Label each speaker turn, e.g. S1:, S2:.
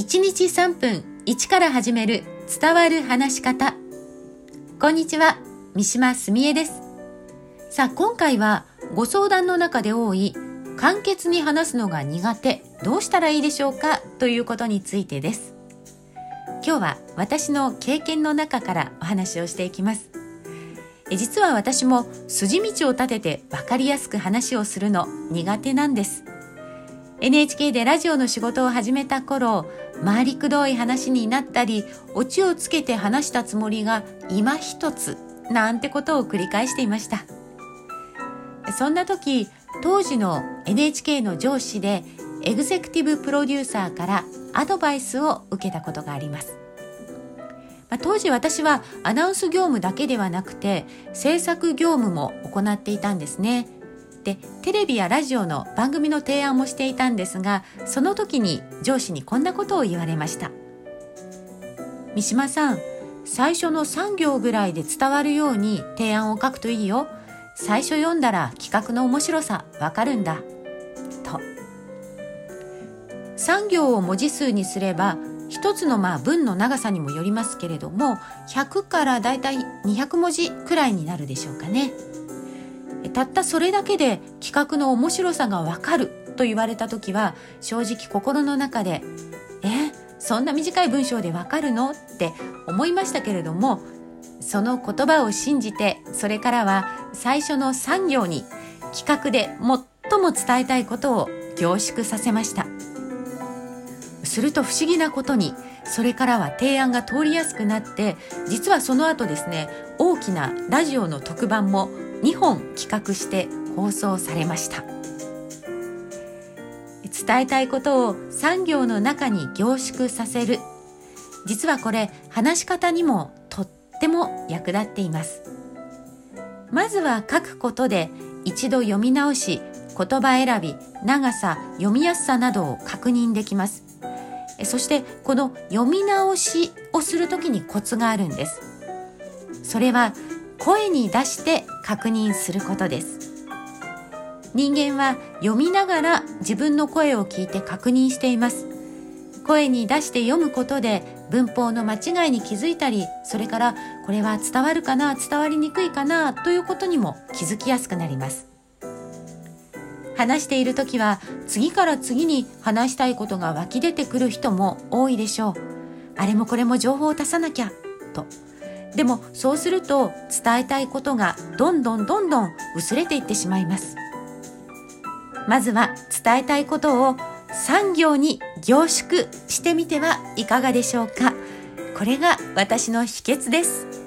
S1: 1日3分1から始める伝わる話し方。こんにちは、三島澄江です。さあ、今回はご相談の中で多い簡潔に話すのが苦手、どうしたらいいでしょうかということについてです。今日は私の経験の中からお話をしていきます。実は私も筋道を立てて分かりやすく話をするの苦手なんです。NHK でラジオの仕事を始めた頃、回りくどい話になったり、オチをつけて話したつもりが今一つなんてことを繰り返していました。そんな時、当時の NHK の上司でエグゼクティブプロデューサーからアドバイスを受けたことがあります。当時私はアナウンス業務だけではなくて制作業務も行っていたんですね。で、テレビやラジオの番組の提案もしていたんですが、その時に上司にこんなことを言われました。三島さん、最初の3行ぐらいで伝わるように提案を書くといいよ。最初読んだら企画の面白さわかるんだと。3行を文字数にすれば一つの文の長さにもよりますけれども、100からだいたい200文字くらいになるでしょうかね。たったそれだけで企画の面白さがわかると言われた時は、正直心の中でそんな短い文章でわかるのって思いましたけれども、その言葉を信じて、それからは最初の3行に企画で最も伝えたいことを凝縮させました。すると不思議なことに、それからは提案が通りやすくなって、実はその後ですね、大きなラジオの特番も2本企画して放送されました。伝えたいことを3行の中に凝縮させる。実はこれ、話し方にもとっても役立っています。まずは書くことで一度読み直し、言葉選び、長さ、読みやすさなどを確認できます。そしてこの読み直しをするときにコツがあるんです。それは声に出して確認することです。人間は読みながら自分の声を聞いて確認しています。声に出して読むことで文法の間違いに気づいたり、それからこれは伝わるかな、伝わりにくいかなということにも気づきやすくなります。話しているときは次から次に話したいことが湧き出てくる人も多いでしょう。あれもこれも情報を足さなきゃと。でもそうすると伝えたいことがどんどん薄れていってしまいます。まずは伝えたいことを3行に凝縮してみてはいかがでしょうか。これが私の秘訣です。